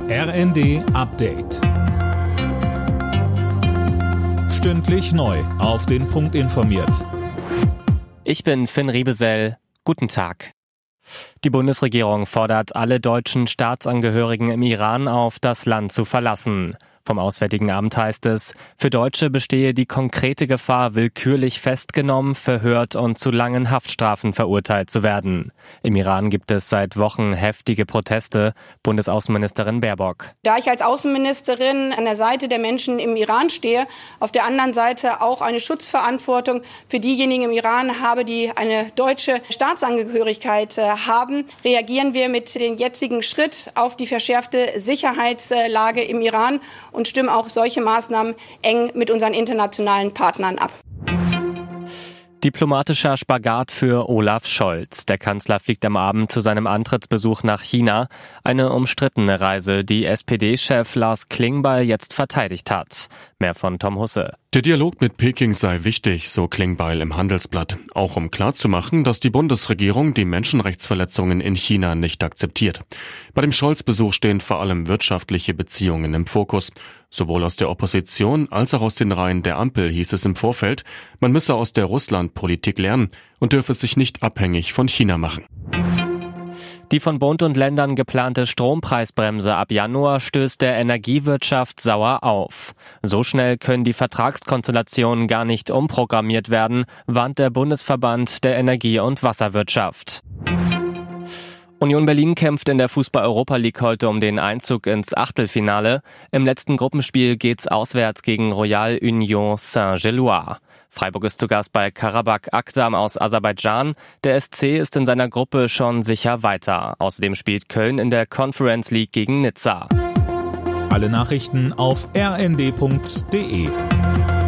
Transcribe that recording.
RND Update. Stündlich neu auf den Punkt informiert. Ich bin Finn Riebesell. Guten Tag. Die Bundesregierung fordert alle deutschen Staatsangehörigen im Iran auf, das Land zu verlassen. Vom Auswärtigen Amt heißt es, für Deutsche bestehe die konkrete Gefahr, willkürlich festgenommen, verhört und zu langen Haftstrafen verurteilt zu werden. Im Iran gibt es seit Wochen heftige Proteste. Bundesaußenministerin Baerbock. Da ich als Außenministerin an der Seite der Menschen im Iran stehe, auf der anderen Seite auch eine Schutzverantwortung für diejenigen im Iran habe, die eine deutsche Staatsangehörigkeit haben, reagieren wir mit dem jetzigen Schritt auf die verschärfte Sicherheitslage im Iran und stimmen auch solche Maßnahmen eng mit unseren internationalen Partnern ab. Diplomatischer Spagat für Olaf Scholz. Der Kanzler fliegt am Abend zu seinem Antrittsbesuch nach China. Eine umstrittene Reise, die SPD-Chef Lars Klingbeil jetzt verteidigt hat. Mehr von Tom Husse. Der Dialog mit Peking sei wichtig, so Klingbeil im Handelsblatt. Auch um klarzumachen, dass die Bundesregierung die Menschenrechtsverletzungen in China nicht akzeptiert. Bei dem Scholz-Besuch stehen vor allem wirtschaftliche Beziehungen im Fokus. Sowohl aus der Opposition als auch aus den Reihen der Ampel hieß es im Vorfeld, man müsse aus der Russlandpolitik lernen und dürfe sich nicht abhängig von China machen. Die von Bund und Ländern geplante Strompreisbremse ab Januar stößt der Energiewirtschaft sauer auf. So schnell können die Vertragskonstellationen gar nicht umprogrammiert werden, warnt der Bundesverband der Energie- und Wasserwirtschaft. Union Berlin kämpft in der Fußball-Europa League heute um den Einzug ins Achtelfinale. Im letzten Gruppenspiel geht's auswärts gegen Royal Union Saint-Gilloise. Freiburg ist zu Gast bei Karabakh Akdam aus Aserbaidschan. Der SC ist in seiner Gruppe schon sicher weiter. Außerdem spielt Köln in der Conference League gegen Nizza. Alle Nachrichten auf rnd.de.